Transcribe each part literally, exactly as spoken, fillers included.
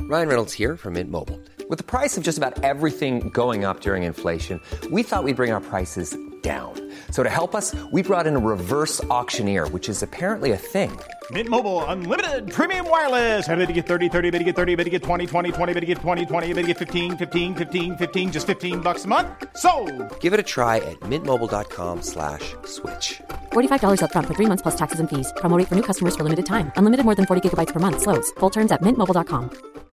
Ryan Reynolds here from Mint Mobile. With the price of just about everything going up during inflation, we thought we'd bring our prices down. So to help us, we brought in a reverse auctioneer, which is apparently a thing. Mint Mobile Unlimited Premium Wireless. How to get thirty, thirty, how to get thirty, how to get twenty, twenty, twenty, how to get twenty, twenty, how to get fifteen, fifteen, fifteen, fifteen, just fifteen bucks a month? Sold! Give it a try at mintmobile.com slash switch. forty-five dollars up front for three months plus taxes and fees. Promo rate for new customers for limited time. Unlimited more than forty gigabytes per month. Slows full terms at mint mobile dot com.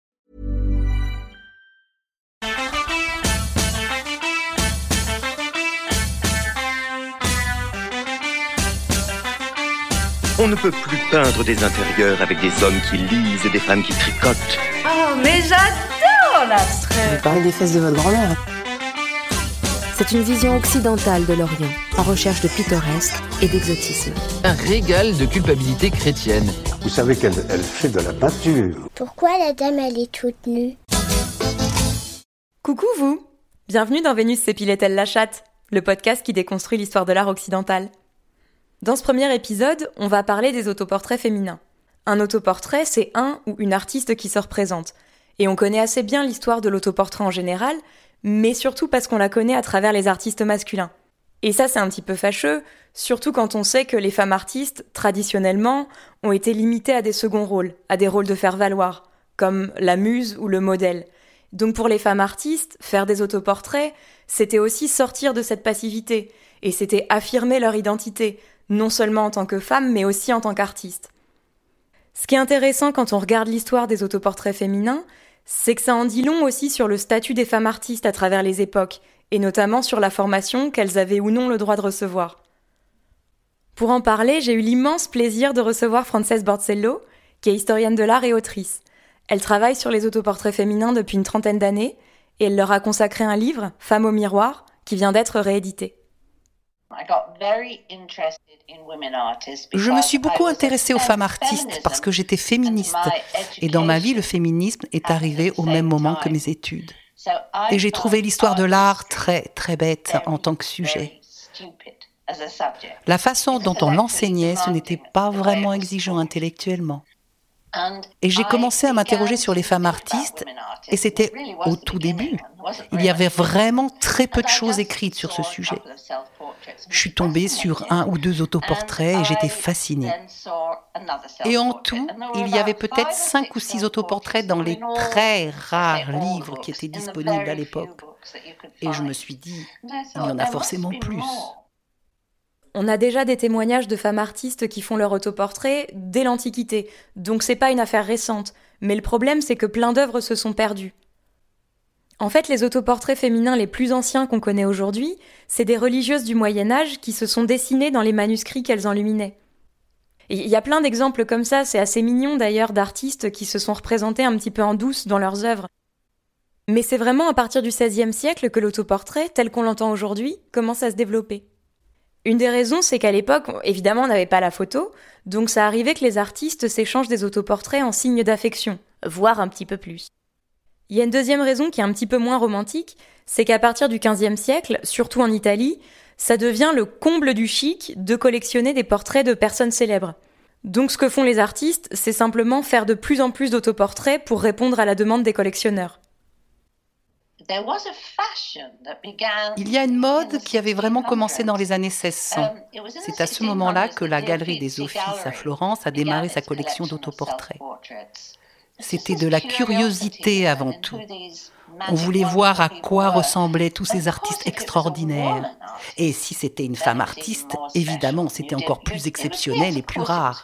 On ne peut plus peindre des intérieurs avec des hommes qui lisent et des femmes qui tricotent. Oh, mais j'adore l'abstrait. Vous parlez des fesses de votre grand-mère. C'est une vision occidentale de l'Orient, en recherche de pittoresque et d'exotisme. Un régal de culpabilité chrétienne. Vous savez qu'elle elle fait de la peinture. Pourquoi la dame, elle est toute nue? Coucou vous! Bienvenue dans Vénus s'épilait-elle la chatte, le podcast qui déconstruit l'histoire de l'art occidental. Dans ce premier épisode, on va parler des autoportraits féminins. Un autoportrait, c'est un ou une artiste qui se représente. Et on connaît assez bien l'histoire de l'autoportrait en général, mais surtout parce qu'on la connaît à travers les artistes masculins. Et ça, c'est un petit peu fâcheux, surtout quand on sait que les femmes artistes, traditionnellement, ont été limitées à des seconds rôles, à des rôles de faire-valoir, comme la muse ou le modèle. Donc pour les femmes artistes, faire des autoportraits, c'était aussi sortir de cette passivité, et c'était affirmer leur identité, non seulement en tant que femme, mais aussi en tant qu'artiste. Ce qui est intéressant quand on regarde l'histoire des autoportraits féminins, c'est que ça en dit long aussi sur le statut des femmes artistes à travers les époques, et notamment sur la formation qu'elles avaient ou non le droit de recevoir. Pour en parler, j'ai eu l'immense plaisir de recevoir Frances Borzello, qui est historienne de l'art et autrice. Elle travaille sur les autoportraits féminins depuis une trentaine d'années, et elle leur a consacré un livre, Femmes au miroir, qui vient d'être réédité. Je me suis beaucoup intéressée aux femmes artistes parce que j'étais féministe. Et dans ma vie, le féminisme est arrivé au même moment que mes études. Et j'ai trouvé l'histoire de l'art très, très bête en tant que sujet. La façon dont on l'enseignait, ce n'était pas vraiment exigeant intellectuellement. Et j'ai commencé à m'interroger sur les femmes artistes, et c'était au tout début. Il y avait vraiment très peu de choses écrites sur ce sujet. Je suis tombée sur un ou deux autoportraits et j'étais fascinée. Et en tout, il y avait peut-être cinq ou six autoportraits dans les très rares livres qui étaient disponibles à l'époque. Et je me suis dit, il y en a forcément plus. On a déjà des témoignages de femmes artistes qui font leur autoportrait dès l'Antiquité, donc c'est pas une affaire récente. Mais le problème, c'est que plein d'œuvres se sont perdues. En fait, les autoportraits féminins les plus anciens qu'on connaît aujourd'hui, c'est des religieuses du Moyen-Âge qui se sont dessinées dans les manuscrits qu'elles enluminaient. Et il y a plein d'exemples comme ça, c'est assez mignon d'ailleurs, d'artistes qui se sont représentés un petit peu en douce dans leurs œuvres. Mais c'est vraiment à partir du seizième siècle que l'autoportrait, tel qu'on l'entend aujourd'hui, commence à se développer. Une des raisons, c'est qu'à l'époque, évidemment, on n'avait pas la photo, donc ça arrivait que les artistes s'échangent des autoportraits en signe d'affection, voire un petit peu plus. Il y a une deuxième raison qui est un petit peu moins romantique, c'est qu'à partir du quinzième siècle, surtout en Italie, ça devient le comble du chic de collectionner des portraits de personnes célèbres. Donc ce que font les artistes, c'est simplement faire de plus en plus d'autoportraits pour répondre à la demande des collectionneurs. Il y a une mode qui avait vraiment commencé dans les années seize cents. C'est à ce moment-là que la Galerie des Offices à Florence a démarré sa collection d'autoportraits. C'était de la curiosité avant tout. On voulait voir à quoi ressemblaient tous ces artistes extraordinaires. Et si c'était une femme artiste, évidemment, c'était encore plus exceptionnel et plus rare.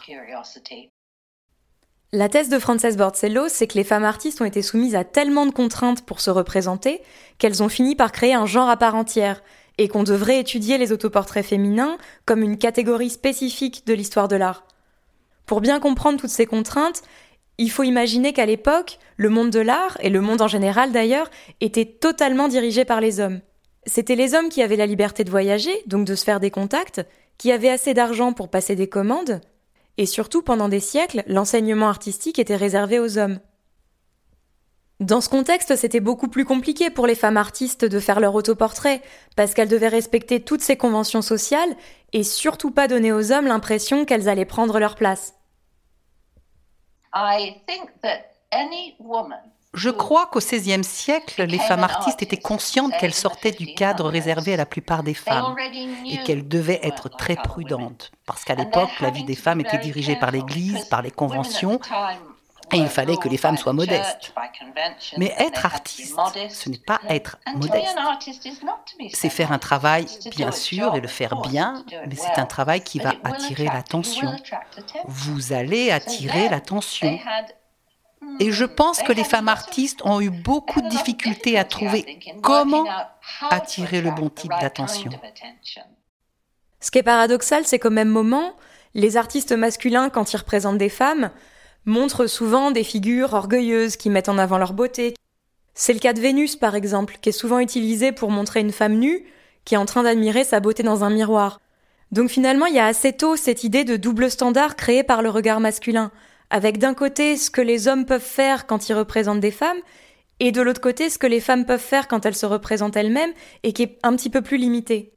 La thèse de Frances Borzello, c'est que les femmes artistes ont été soumises à tellement de contraintes pour se représenter qu'elles ont fini par créer un genre à part entière et qu'on devrait étudier les autoportraits féminins comme une catégorie spécifique de l'histoire de l'art. Pour bien comprendre toutes ces contraintes, il faut imaginer qu'à l'époque, le monde de l'art, et le monde en général d'ailleurs, était totalement dirigé par les hommes. C'était les hommes qui avaient la liberté de voyager, donc de se faire des contacts, qui avaient assez d'argent pour passer des commandes, et surtout, pendant des siècles, l'enseignement artistique était réservé aux hommes. Dans ce contexte, c'était beaucoup plus compliqué pour les femmes artistes de faire leur autoportrait, parce qu'elles devaient respecter toutes ces conventions sociales et surtout pas donner aux hommes l'impression qu'elles allaient prendre leur place. Je crois qu'au seizième siècle, les femmes artistes étaient conscientes qu'elles sortaient du cadre réservé à la plupart des femmes et qu'elles devaient être très prudentes, parce qu'à l'époque, la vie des femmes était dirigée par l'Église, par les conventions, et il fallait que les femmes soient modestes. Mais être artiste, ce n'est pas être modeste. C'est faire un travail, bien sûr, et le faire bien, mais c'est un travail qui va attirer l'attention. Vous allez attirer l'attention. Et je pense que les femmes artistes ont eu beaucoup de difficultés à trouver comment attirer le bon type d'attention. Ce qui est paradoxal, c'est qu'au même moment, les artistes masculins, quand ils représentent des femmes, montrent souvent des figures orgueilleuses qui mettent en avant leur beauté. C'est le cas de Vénus, par exemple, qui est souvent utilisée pour montrer une femme nue qui est en train d'admirer sa beauté dans un miroir. Donc finalement, il y a assez tôt cette idée de double standard créée par le regard masculin, avec d'un côté ce que les hommes peuvent faire quand ils représentent des femmes, et de l'autre côté ce que les femmes peuvent faire quand elles se représentent elles-mêmes, et qui est un petit peu plus limité.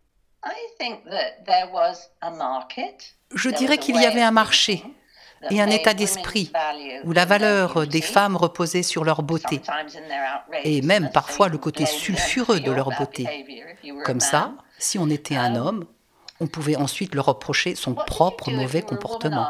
Je dirais qu'il y avait un marché et un état d'esprit où la valeur des femmes reposait sur leur beauté, et même parfois le côté sulfureux de leur beauté. Comme ça, si on était un homme, on pouvait ensuite leur reprocher son propre mauvais comportement.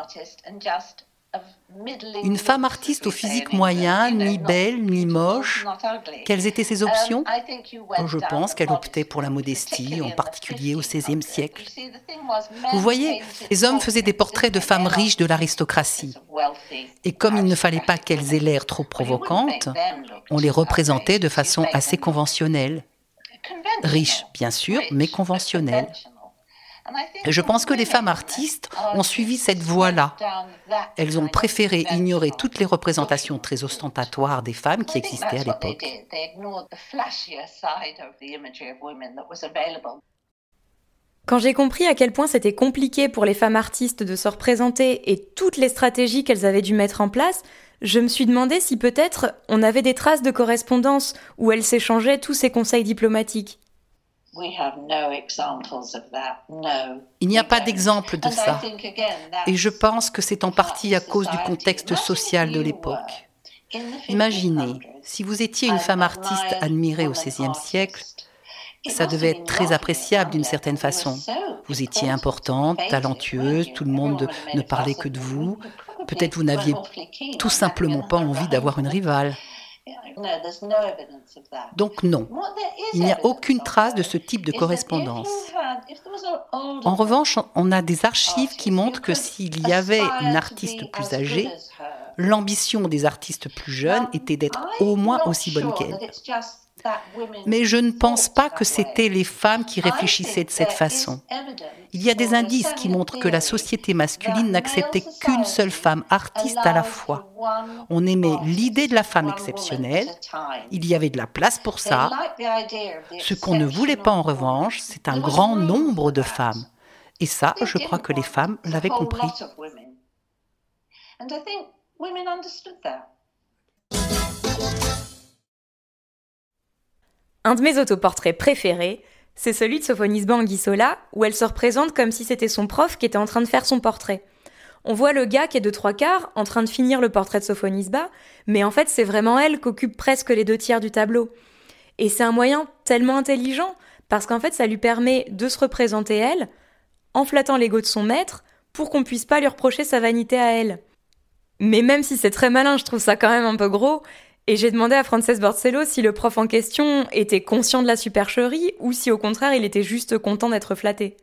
Une femme artiste au physique moyen, ni belle, ni moche, quelles étaient ses options ? Je pense qu'elle optait pour la modestie, en particulier au seizième siècle. Vous voyez, les hommes faisaient des portraits de femmes riches de l'aristocratie. Et comme il ne fallait pas qu'elles aient l'air trop provocantes, on les représentait de façon assez conventionnelle. Riches, bien sûr, mais conventionnelles. Je pense que les femmes artistes ont suivi cette voie-là. Elles ont préféré ignorer toutes les représentations très ostentatoires des femmes qui existaient à l'époque. Quand j'ai compris à quel point c'était compliqué pour les femmes artistes de se représenter et toutes les stratégies qu'elles avaient dû mettre en place, je me suis demandé si peut-être on avait des traces de correspondance où elles s'échangeaient tous ces conseils diplomatiques. Il n'y a pas d'exemple de ça. Et je pense que c'est en partie à cause du contexte social de l'époque. Imaginez, si vous étiez une femme artiste admirée au seizième siècle, ça devait être très appréciable d'une certaine façon. Vous étiez importante, talentueuse, tout le monde ne parlait que de vous. Peut-être vous n'aviez tout simplement pas envie d'avoir une rivale. Donc non, il n'y a aucune trace de ce type de correspondance. En revanche, on a des archives qui montrent que s'il y avait une artiste plus âgée, l'ambition des artistes plus jeunes était d'être au moins aussi bonne qu'elle. Mais je ne pense pas que c'était les femmes qui réfléchissaient de cette façon. Il y a des indices qui montrent que la société masculine n'acceptait qu'une seule femme artiste à la fois. On aimait l'idée de la femme exceptionnelle, il y avait de la place pour ça. Ce qu'on ne voulait pas en revanche, c'est un grand nombre de femmes. Et ça, je crois que les femmes l'avaient compris. Un de mes autoportraits préférés, c'est celui de Sophonisba Anguissola, où elle se représente comme si c'était son prof qui était en train de faire son portrait. On voit le gars qui est de trois quarts, en train de finir le portrait de Sophonisba, mais en fait c'est vraiment elle qui occupe presque les deux tiers du tableau. Et c'est un moyen tellement intelligent, parce qu'en fait ça lui permet de se représenter elle, en flattant l'ego de son maître, pour qu'on puisse pas lui reprocher sa vanité à elle. Mais même si c'est très malin, je trouve ça quand même un peu gros. Et j'ai demandé à Frances Borsello si le prof en question était conscient de la supercherie ou si au contraire il était juste content d'être flatté.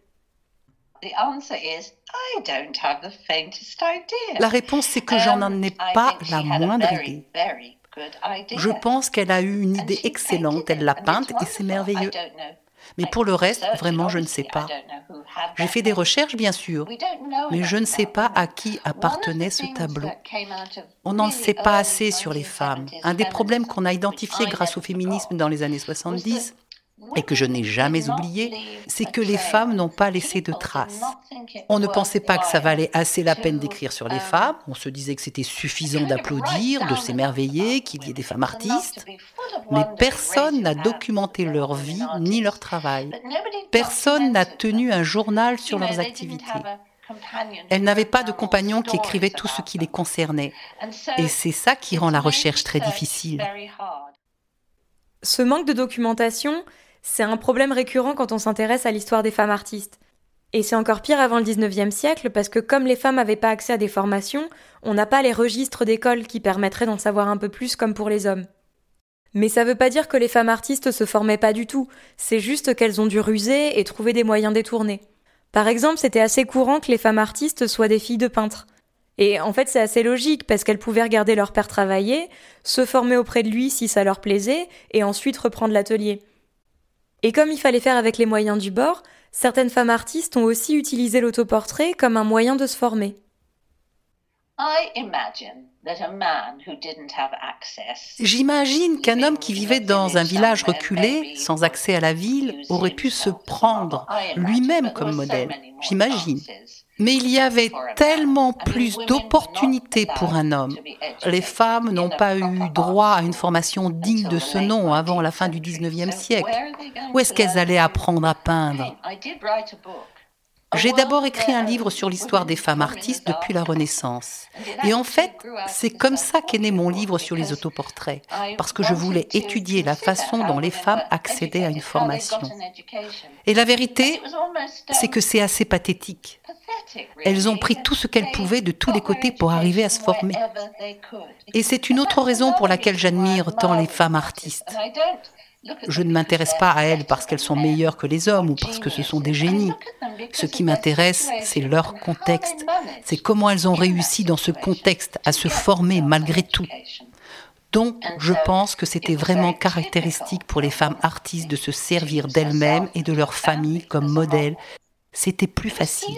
La réponse c'est que j'en n'en ai pas la moindre idée. Je pense qu'elle a eu une idée excellente, elle l'a peinte et c'est merveilleux. Mais pour le reste, vraiment, je ne sais pas. J'ai fait des recherches, bien sûr, mais je ne sais pas à qui appartenait ce tableau. On n'en sait pas assez sur les femmes. Un des problèmes qu'on a identifié grâce au féminisme dans les années soixante-dix, et que je n'ai jamais oublié, c'est que les femmes n'ont pas laissé de traces. On ne pensait pas que ça valait assez la peine d'écrire sur les femmes, on se disait que c'était suffisant d'applaudir, de s'émerveiller, qu'il y ait des femmes artistes, mais personne n'a documenté leur vie ni leur travail. Personne n'a tenu un journal sur leurs activités. Elles n'avaient pas de compagnons qui écrivaient tout ce qui les concernait. Et c'est ça qui rend la recherche très difficile. Ce manque de documentation, c'est un problème récurrent quand on s'intéresse à l'histoire des femmes artistes. Et c'est encore pire avant le dix-neuvième siècle parce que comme les femmes n'avaient pas accès à des formations, on n'a pas les registres d'école qui permettraient d'en savoir un peu plus comme pour les hommes. Mais ça veut pas dire que les femmes artistes se formaient pas du tout, c'est juste qu'elles ont dû ruser et trouver des moyens détournés. Par exemple, c'était assez courant que les femmes artistes soient des filles de peintres. Et en fait, c'est assez logique parce qu'elles pouvaient regarder leur père travailler, se former auprès de lui si ça leur plaisait, et ensuite reprendre l'atelier. Et comme il fallait faire avec les moyens du bord, certaines femmes artistes ont aussi utilisé l'autoportrait comme un moyen de se former. J'imagine qu'un homme qui vivait dans un village reculé, sans accès à la ville, aurait pu se prendre lui-même comme modèle. J'imagine. Mais il y avait tellement plus d'opportunités pour un homme. Les femmes n'ont pas eu droit à une formation digne de ce nom avant la fin du dix-neuvième siècle. Où est-ce qu'elles allaient apprendre à peindre ? J'ai d'abord écrit un livre sur l'histoire des femmes artistes depuis la Renaissance. Et en fait, c'est comme ça qu'est né mon livre sur les autoportraits, parce que je voulais étudier la façon dont les femmes accédaient à une formation. Et la vérité, c'est que c'est assez pathétique. Elles ont pris tout ce qu'elles pouvaient de tous les côtés pour arriver à se former. Et c'est une autre raison pour laquelle j'admire tant les femmes artistes. Je ne m'intéresse pas à elles parce qu'elles sont meilleures que les hommes ou parce que ce sont des génies. Ce qui m'intéresse, c'est leur contexte. C'est comment elles ont réussi dans ce contexte à se former malgré tout. Donc, je pense que c'était vraiment caractéristique pour les femmes artistes de se servir d'elles-mêmes et de leur famille comme modèle. C'était plus facile.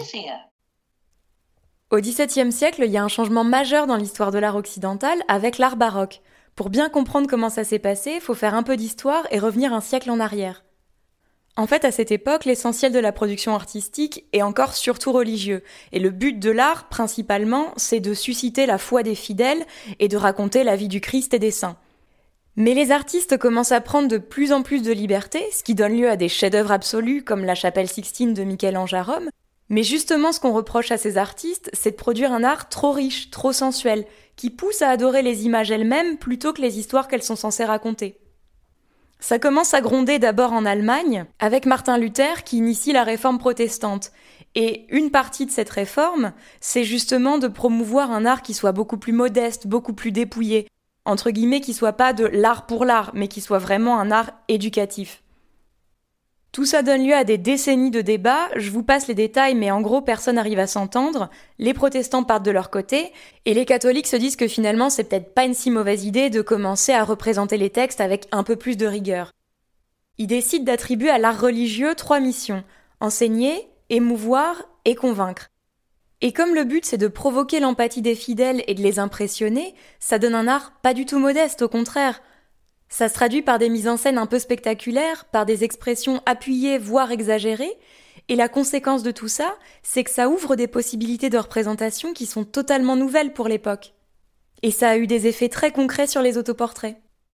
Au dix-septième siècle, il y a un changement majeur dans l'histoire de l'art occidental avec l'art baroque. Pour bien comprendre comment ça s'est passé, il faut faire un peu d'histoire et revenir un siècle en arrière. En fait, à cette époque, l'essentiel de la production artistique est encore surtout religieux. Et le but de l'art, principalement, c'est de susciter la foi des fidèles et de raconter la vie du Christ et des saints. Mais les artistes commencent à prendre de plus en plus de liberté, ce qui donne lieu à des chefs-d'œuvre absolus comme la Chapelle Sixtine de Michel-Ange à Rome. Mais justement, ce qu'on reproche à ces artistes, c'est de produire un art trop riche, trop sensuel, qui pousse à adorer les images elles-mêmes plutôt que les histoires qu'elles sont censées raconter. Ça commence à gronder d'abord en Allemagne, avec Martin Luther qui initie la réforme protestante. Et une partie de cette réforme, c'est justement de promouvoir un art qui soit beaucoup plus modeste, beaucoup plus dépouillé, entre guillemets, qui soit pas de l'art pour l'art, mais qui soit vraiment un art éducatif. Tout ça donne lieu à des décennies de débats, je vous passe les détails mais en gros personne n'arrive à s'entendre, les protestants partent de leur côté et les catholiques se disent que finalement c'est peut-être pas une si mauvaise idée de commencer à représenter les textes avec un peu plus de rigueur. Ils décident d'attribuer à l'art religieux trois missions, enseigner, émouvoir et convaincre. Et comme le but c'est de provoquer l'empathie des fidèles et de les impressionner, ça donne un art pas du tout modeste, au contraire. Ça se traduit par des mises en scène un peu spectaculaires, par des expressions appuyées voire exagérées, et la conséquence de tout ça, c'est que ça ouvre des possibilités de représentation qui sont totalement nouvelles pour l'époque. Et ça a eu des effets très concrets sur les autoportraits.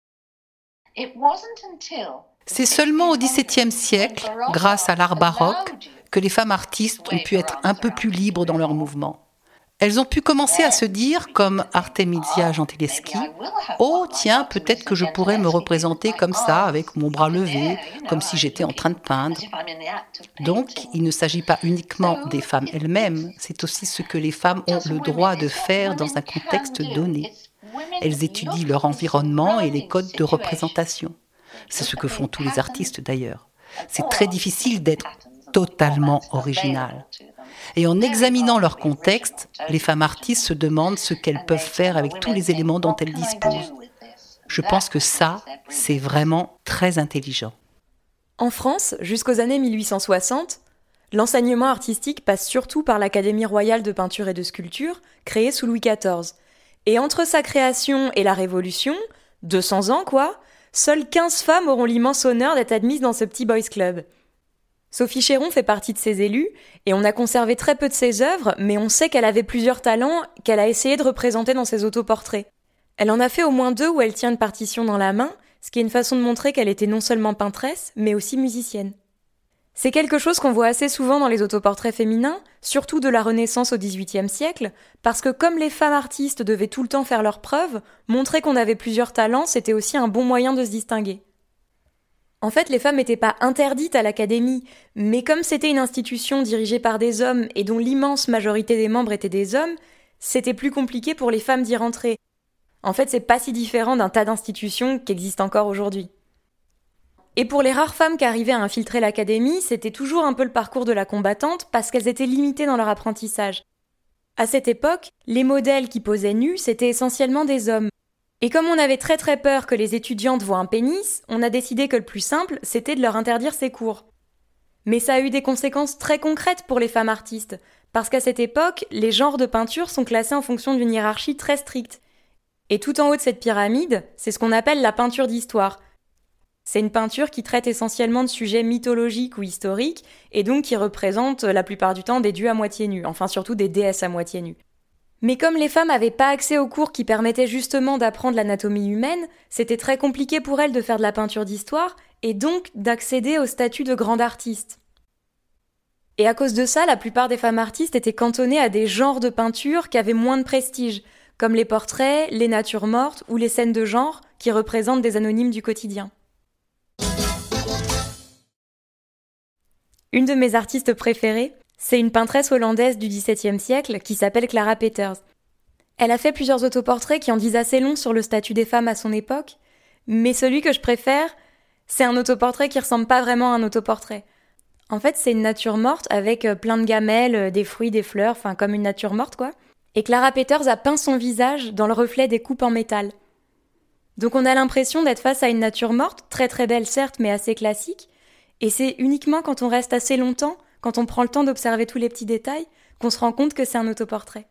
C'est seulement au dix-septième siècle, grâce à l'art baroque, que les femmes artistes ont pu être un peu plus libres dans leur mouvement. Elles ont pu commencer à se dire, comme Artemisia Gentileschi, « Oh, tiens, peut-être que je pourrais me représenter comme ça, avec mon bras levé, comme si j'étais en train de peindre. » Donc, il ne s'agit pas uniquement des femmes elles-mêmes, c'est aussi ce que les femmes ont le droit de faire dans un contexte donné. Elles étudient leur environnement et les codes de représentation. C'est ce que font tous les artistes d'ailleurs. C'est très difficile d'être totalement original. Et en examinant leur contexte, les femmes artistes se demandent ce qu'elles peuvent faire avec tous les éléments dont elles disposent. Je pense que ça, c'est vraiment très intelligent. En France, jusqu'aux années mille huit cent soixante, l'enseignement artistique passe surtout par l'Académie royale de peinture et de sculpture, créée sous Louis quatorze. Et entre sa création et la Révolution, deux cents ans quoi, seules quinze femmes auront l'immense honneur d'être admises dans ce petit boys club. Sophie Chéron fait partie de ces élus, et on a conservé très peu de ses œuvres, mais on sait qu'elle avait plusieurs talents qu'elle a essayé de représenter dans ses autoportraits. Elle en a fait au moins deux où elle tient une partition dans la main, ce qui est une façon de montrer qu'elle était non seulement peintresse, mais aussi musicienne. C'est quelque chose qu'on voit assez souvent dans les autoportraits féminins, surtout de la Renaissance au dix-huitième siècle, parce que comme les femmes artistes devaient tout le temps faire leurs preuves, montrer qu'on avait plusieurs talents, c'était aussi un bon moyen de se distinguer. En fait, les femmes n'étaient pas interdites à l'académie, mais comme c'était une institution dirigée par des hommes et dont l'immense majorité des membres étaient des hommes, c'était plus compliqué pour les femmes d'y rentrer. En fait, c'est pas si différent d'un tas d'institutions qui existent encore aujourd'hui. Et pour les rares femmes qui arrivaient à infiltrer l'académie, c'était toujours un peu le parcours de la combattante parce qu'elles étaient limitées dans leur apprentissage. À cette époque, les modèles qui posaient nus, c'était essentiellement des hommes. Et comme on avait très très peur que les étudiantes voient un pénis, on a décidé que le plus simple, c'était de leur interdire ces cours. Mais ça a eu des conséquences très concrètes pour les femmes artistes, parce qu'à cette époque, les genres de peinture sont classés en fonction d'une hiérarchie très stricte. Et tout en haut de cette pyramide, c'est ce qu'on appelle la peinture d'histoire. C'est une peinture qui traite essentiellement de sujets mythologiques ou historiques, et donc qui représente la plupart du temps des dieux à moitié nus, enfin surtout des déesses à moitié nues. Mais comme les femmes n'avaient pas accès aux cours qui permettaient justement d'apprendre l'anatomie humaine, c'était très compliqué pour elles de faire de la peinture d'histoire, et donc d'accéder au statut de grande artiste. Et à cause de ça, la plupart des femmes artistes étaient cantonnées à des genres de peinture qui avaient moins de prestige, comme les portraits, les natures mortes ou les scènes de genre, qui représentent des anonymes du quotidien. Une de mes artistes préférées, c'est une peintresse hollandaise du dix-septième siècle qui s'appelle Clara Peters. Elle a fait plusieurs autoportraits qui en disent assez long sur le statut des femmes à son époque, mais celui que je préfère, c'est un autoportrait qui ressemble pas vraiment à un autoportrait. En fait, c'est une nature morte avec plein de gamelles, des fruits, des fleurs, enfin comme une nature morte quoi. Et Clara Peters a peint son visage dans le reflet des coupes en métal. Donc on a l'impression d'être face à une nature morte, très très belle certes, mais assez classique, et c'est uniquement quand on reste assez longtemps, quand on prend le temps d'observer tous les petits détails, qu'on se rend compte que c'est un autoportrait.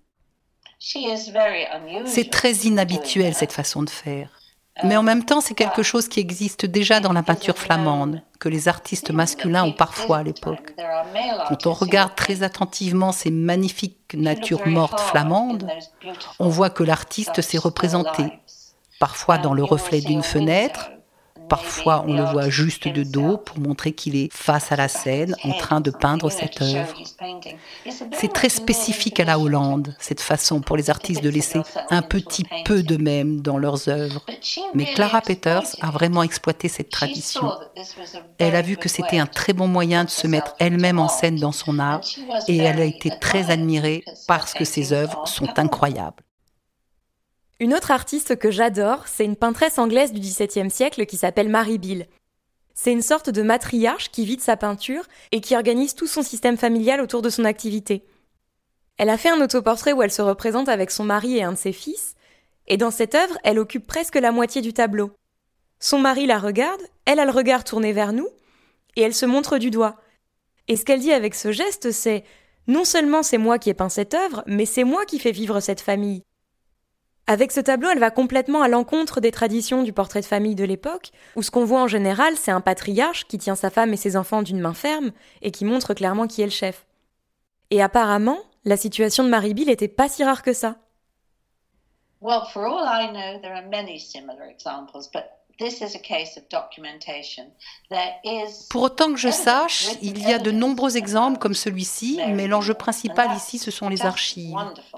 C'est très inhabituel cette façon de faire. Mais en même temps, c'est quelque chose qui existe déjà dans la peinture flamande, que les artistes masculins ont parfois à l'époque. Quand on regarde très attentivement ces magnifiques natures mortes flamandes, on voit que l'artiste s'est représenté, parfois dans le reflet d'une fenêtre, parfois on le voit juste de dos pour montrer qu'il est face à la scène en train de peindre cette œuvre. C'est très spécifique à la Hollande, cette façon pour les artistes de laisser un petit peu d'eux-mêmes dans leurs œuvres. Mais Clara Peters a vraiment exploité cette tradition. Elle a vu que c'était un très bon moyen de se mettre elle-même en scène dans son art et elle a été très admirée parce que ses œuvres sont incroyables. Une autre artiste que j'adore, c'est une peintresse anglaise du dix-septième siècle qui s'appelle Mary Beale. C'est une sorte de matriarche qui vit de sa peinture et qui organise tout son système familial autour de son activité. Elle a fait un autoportrait où elle se représente avec son mari et un de ses fils, et dans cette œuvre, elle occupe presque la moitié du tableau. Son mari la regarde, elle a le regard tourné vers nous, et elle se montre du doigt. Et ce qu'elle dit avec ce geste, c'est « Non seulement c'est moi qui ai peint cette œuvre, mais c'est moi qui fais vivre cette famille ». Avec ce tableau, elle va complètement à l'encontre des traditions du portrait de famille de l'époque, où ce qu'on voit en général, c'est un patriarche qui tient sa femme et ses enfants d'une main ferme et qui montre clairement qui est le chef. Et apparemment, la situation de Mary Beale n'était pas si rare que ça. Well, for all I know, there are many similar examples, but this is a case of documentation. There is... Pour autant que je sache, il y a de nombreux exemples comme celui-ci, mais l'enjeu principal ici, ce sont les archives.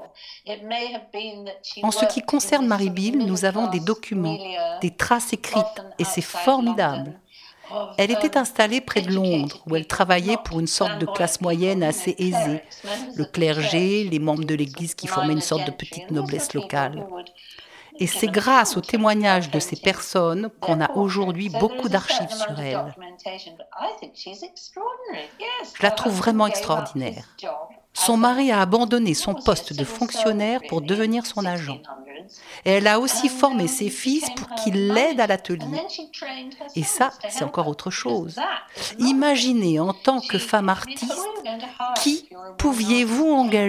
En ce qui concerne Mary Beale, nous avons des documents, des traces écrites, et c'est formidable. Elle était installée près de Londres, où elle travaillait pour une sorte de classe moyenne assez aisée, le clergé, les membres de l'Église qui formaient une sorte de petite noblesse locale. Et c'est grâce aux témoignages de ces personnes qu'on a aujourd'hui beaucoup d'archives sur elle. Je la trouve vraiment extraordinaire. Son mari a abandonné son poste de fonctionnaire pour devenir son agent. Et elle a aussi formé ses fils pour qu'ils l'aident à l'atelier. Et ça, c'est encore autre chose. Imaginez, en tant que femme artiste, qui pouviez-vous engager ?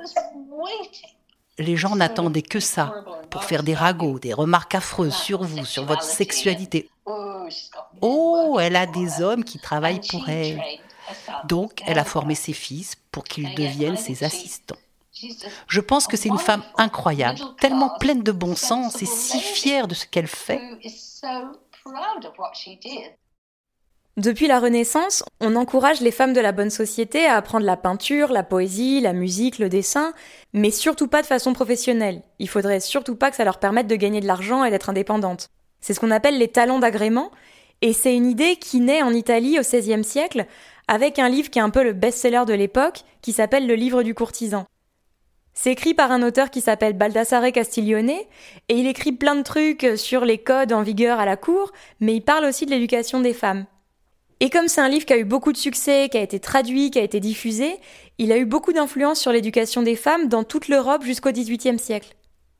Les gens n'attendaient que ça, pour faire des ragots, des remarques affreuses sur vous, sur votre sexualité. Oh, elle a des hommes qui travaillent pour elle. Donc, elle a formé ses fils pour qu'ils deviennent ses assistants. Je pense que c'est une femme incroyable, tellement pleine de bon sens et si fière de ce qu'elle fait. Depuis la Renaissance, on encourage les femmes de la bonne société à apprendre la peinture, la poésie, la musique, le dessin, mais surtout pas de façon professionnelle. Il faudrait surtout pas que ça leur permette de gagner de l'argent et d'être indépendantes. C'est ce qu'on appelle les talents d'agrément, et c'est une idée qui naît en Italie au seizième siècle, avec un livre qui est un peu le best-seller de l'époque, qui s'appelle Le Livre du courtisan. C'est écrit par un auteur qui s'appelle Baldassare Castiglione, et il écrit plein de trucs sur les codes en vigueur à la cour, mais il parle aussi de l'éducation des femmes. Et comme c'est un livre qui a eu beaucoup de succès, qui a été traduit, qui a été diffusé, il a eu beaucoup d'influence sur l'éducation des femmes dans toute l'Europe jusqu'au dix-huitième siècle.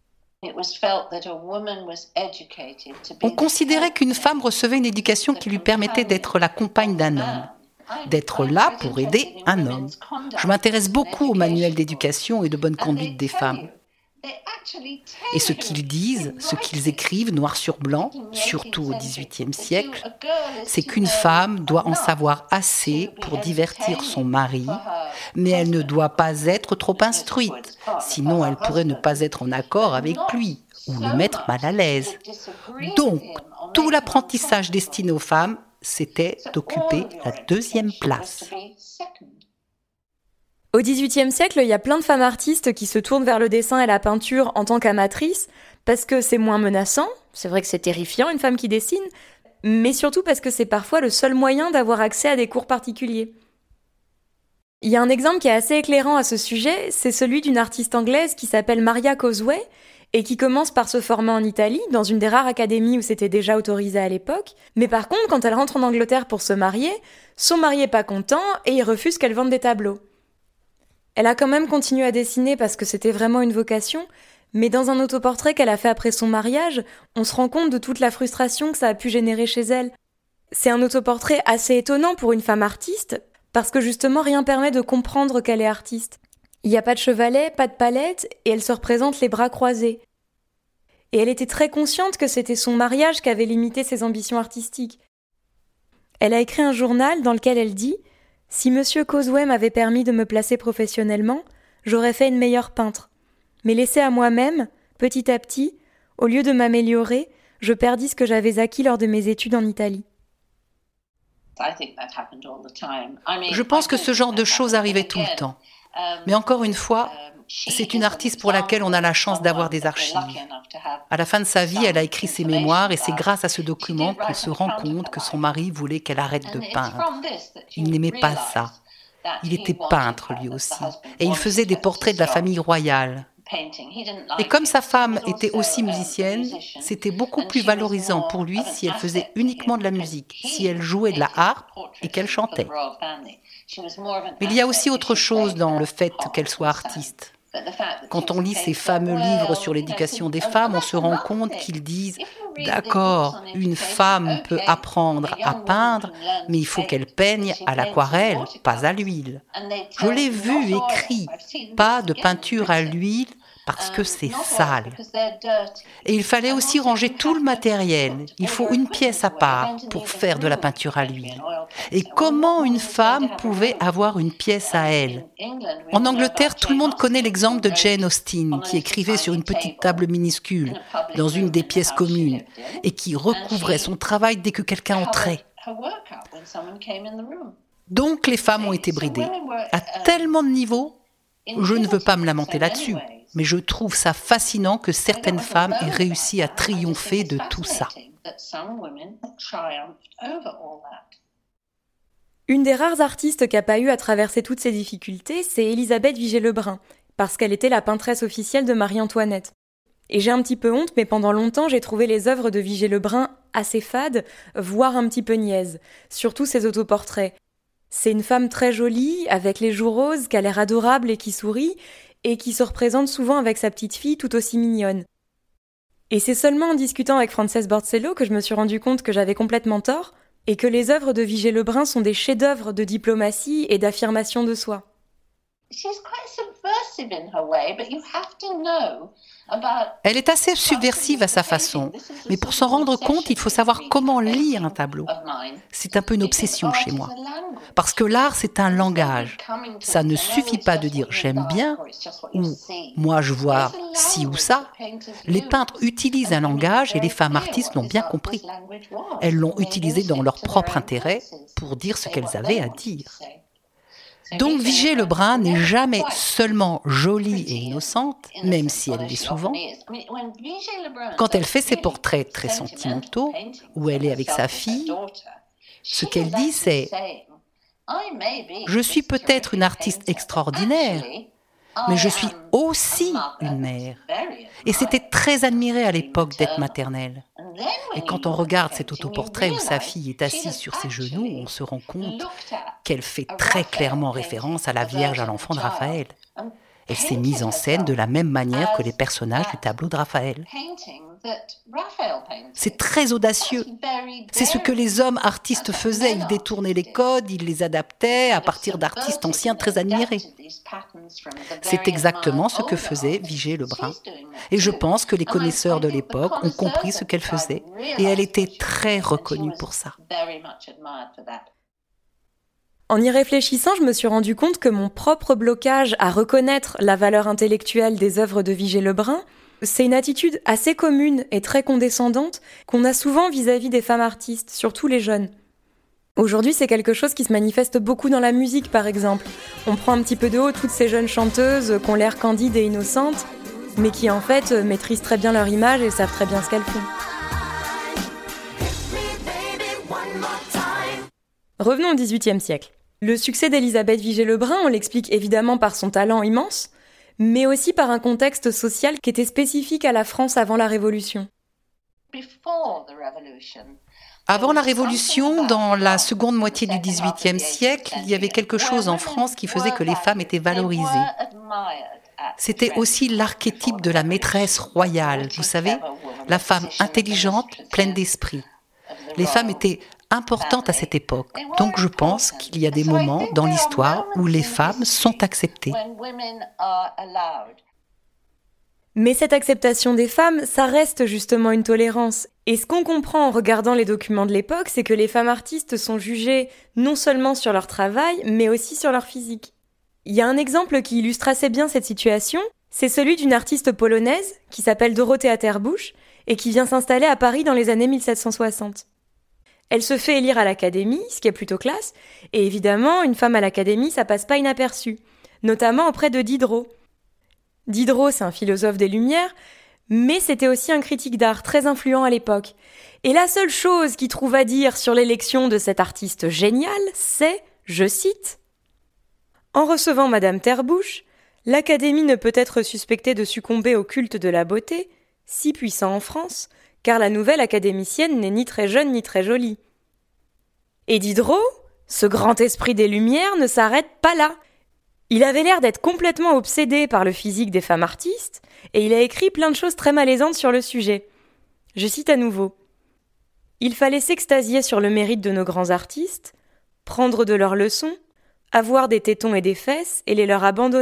On considérait qu'une femme recevait une éducation qui lui permettait d'être la compagne d'un homme, d'être là pour aider un homme. Je m'intéresse beaucoup aux manuels d'éducation et de bonne conduite des femmes. Et ce qu'ils disent, ce qu'ils écrivent noir sur blanc, surtout au dix-huitième siècle, c'est qu'une femme doit en savoir assez pour divertir son mari, mais elle ne doit pas être trop instruite, sinon elle pourrait ne pas être en accord avec lui ou le mettre mal à l'aise. Donc, tout l'apprentissage destiné aux femmes, c'était d'occuper la deuxième place. Au dix-huitième siècle, il y a plein de femmes artistes qui se tournent vers le dessin et la peinture en tant qu'amatrices, parce que c'est moins menaçant, c'est vrai que c'est terrifiant une femme qui dessine, mais surtout parce que c'est parfois le seul moyen d'avoir accès à des cours particuliers. Il y a un exemple qui est assez éclairant à ce sujet, c'est celui d'une artiste anglaise qui s'appelle Maria Cosway, et qui commence par se former en Italie, dans une des rares académies où c'était déjà autorisé à l'époque, mais par contre, quand elle rentre en Angleterre pour se marier, son mari est pas content et il refuse qu'elle vende des tableaux. Elle a quand même continué à dessiner parce que c'était vraiment une vocation, mais dans un autoportrait qu'elle a fait après son mariage, on se rend compte de toute la frustration que ça a pu générer chez elle. C'est un autoportrait assez étonnant pour une femme artiste, parce que justement rien permet de comprendre qu'elle est artiste. Il n'y a pas de chevalet, pas de palette, et elle se représente les bras croisés. Et elle était très consciente que c'était son mariage qui avait limité ses ambitions artistiques. Elle a écrit un journal dans lequel elle dit « Si Monsieur Cosway m'avait permis de me placer professionnellement, j'aurais fait une meilleure peintre. Mais laissée à moi-même, petit à petit, au lieu de m'améliorer, je perdis ce que j'avais acquis lors de mes études en Italie. » Je pense que ce genre de choses arrivait tout le temps. Mais encore une fois, c'est une artiste pour laquelle on a la chance d'avoir des archives. À la fin de sa vie, elle a écrit ses mémoires et c'est grâce à ce document qu'on se rend compte que son mari voulait qu'elle arrête de peindre. Il n'aimait pas ça. Il était peintre lui aussi. Et il faisait des portraits de la famille royale. Et comme sa femme était aussi musicienne, c'était beaucoup plus valorisant pour lui si elle faisait uniquement de la musique, si elle jouait de la harpe et qu'elle chantait. Mais il y a aussi autre chose dans le fait qu'elle soit artiste. Quand on lit ces fameux livres sur l'éducation des femmes, on se rend compte qu'ils disent « D'accord, une femme peut apprendre à peindre, mais il faut qu'elle peigne à l'aquarelle, pas à l'huile. » Je l'ai vu écrit, pas de peinture à l'huile, parce que c'est sale. Et il fallait aussi ranger tout le matériel. Il faut une pièce à part pour faire de la peinture à l'huile. Et comment une femme pouvait avoir une pièce à elle ? En Angleterre, tout le monde connaît l'exemple de Jane Austen, qui écrivait sur une petite table minuscule, dans une des pièces communes, et qui recouvrait son travail dès que quelqu'un entrait. Donc les femmes ont été bridées, à tellement de niveaux. Je ne veux pas me lamenter là-dessus, mais je trouve ça fascinant que certaines femmes aient réussi à triompher de tout ça. Une des rares artistes qui n'a pas eu à traverser toutes ces difficultés, c'est Élisabeth Vigée-Lebrun, parce qu'elle était la peintresse officielle de Marie-Antoinette. Et j'ai un petit peu honte, mais pendant longtemps, j'ai trouvé les œuvres de Vigée-Lebrun assez fades, voire un petit peu niaises, surtout ses autoportraits. C'est une femme très jolie, avec les joues roses, qui a l'air adorable et qui sourit, et qui se représente souvent avec sa petite fille tout aussi mignonne. Et c'est seulement en discutant avec Frances Borsello que je me suis rendu compte que j'avais complètement tort, et que les œuvres de Vigée-Lebrun sont des chefs-d'œuvre de diplomatie et d'affirmation de soi. Elle est assez subversive à sa façon, mais pour s'en rendre compte, il faut savoir comment lire un tableau. C'est un peu une obsession chez moi, parce que l'art, c'est un langage. Ça ne suffit pas de dire « j'aime bien » ou « moi je vois ci ou ça ». Les peintres utilisent un langage et les femmes artistes l'ont bien compris. Elles l'ont utilisé dans leur propre intérêt pour dire ce qu'elles avaient à dire. Donc Vigée Lebrun n'est jamais seulement jolie et innocente, même si elle l'est souvent. Quand elle fait ses portraits très sentimentaux, où elle est avec sa fille, ce qu'elle dit c'est « Je suis peut-être une artiste extraordinaire, mais je suis aussi une mère. » Et c'était très admiré à l'époque d'être maternelle. Et quand on regarde cet autoportrait où sa fille est assise sur ses genoux, on se rend compte qu'elle fait très clairement référence à la Vierge à l'enfant de Raphaël. Elle s'est mise en scène de la même manière que les personnages du tableau de Raphaël. C'est très audacieux. C'est ce que les hommes artistes faisaient. Ils détournaient les codes, ils les adaptaient à partir d'artistes anciens très admirés. C'est exactement ce que faisait Vigée Lebrun. Et je pense que les connaisseurs de l'époque ont compris ce qu'elle faisait. Et elle était très reconnue pour ça. En y réfléchissant, je me suis rendu compte que mon propre blocage à reconnaître la valeur intellectuelle des œuvres de Vigée Lebrun, c'est une attitude assez commune et très condescendante qu'on a souvent vis-à-vis des femmes artistes, surtout les jeunes. Aujourd'hui, c'est quelque chose qui se manifeste beaucoup dans la musique, par exemple. On prend un petit peu de haut toutes ces jeunes chanteuses qui ont l'air candides et innocentes, mais qui en fait maîtrisent très bien leur image et savent très bien ce qu'elles font. Revenons au dix-huitième siècle. Le succès d'Élisabeth Vigée Lebrun, on l'explique évidemment par son talent immense, mais aussi par un contexte social qui était spécifique à la France avant la Révolution. Avant la Révolution, dans la seconde moitié du dix-huitième siècle, il y avait quelque chose en France qui faisait que les femmes étaient valorisées. C'était aussi l'archétype de la maîtresse royale, vous savez, la femme intelligente, pleine d'esprit. Les femmes étaient importantes à cette époque, donc je pense qu'il y a des moments dans l'histoire où les femmes sont acceptées. Mais cette acceptation des femmes, ça reste justement une tolérance. Et ce qu'on comprend en regardant les documents de l'époque, c'est que les femmes artistes sont jugées non seulement sur leur travail, mais aussi sur leur physique. Il y a un exemple qui illustre assez bien cette situation, c'est celui d'une artiste polonaise qui s'appelle Dorothea Terbusch et qui vient s'installer à Paris dans les années mille sept cent soixante. Elle se fait élire à l'Académie, ce qui est plutôt classe, et évidemment, une femme à l'Académie, ça passe pas inaperçu, notamment auprès de Diderot. Diderot, c'est un philosophe des Lumières, mais c'était aussi un critique d'art très influent à l'époque. Et la seule chose qu'il trouve à dire sur l'élection de cette artiste géniale, c'est, je cite, « En recevant Madame Terbusch, l'Académie ne peut être suspectée de succomber au culte de la beauté, si puissant en France, car la nouvelle académicienne n'est ni très jeune ni très jolie. » Et Diderot, ce grand esprit des Lumières, ne s'arrête pas là. Il avait l'air d'être complètement obsédé par le physique des femmes artistes, et il a écrit plein de choses très malaisantes sur le sujet. Je cite à nouveau. « Il fallait s'extasier sur le mérite de nos grands artistes, prendre de leurs leçons, avoir des tétons et des fesses et les leur abandonner. »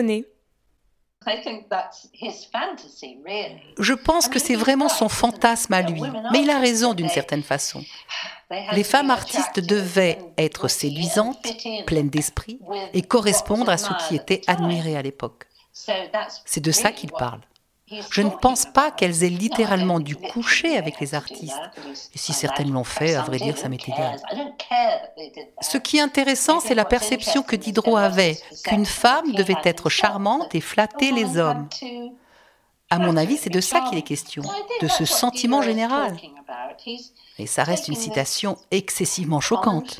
Je pense que c'est vraiment son fantasme à lui, mais il a raison d'une certaine façon. Les femmes artistes devaient être séduisantes, pleines d'esprit, et correspondre à ce qui était admiré à l'époque. C'est de ça qu'il parle. Je ne pense pas qu'elles aient littéralement dû coucher avec les artistes. Et si certaines l'ont fait, à vrai dire, ça m'est égal. Ce qui est intéressant, c'est la perception que Diderot avait, qu'une femme devait être charmante et flatter les hommes. À mon avis, c'est de ça qu'il est question, de ce sentiment général. Et ça reste une citation excessivement choquante.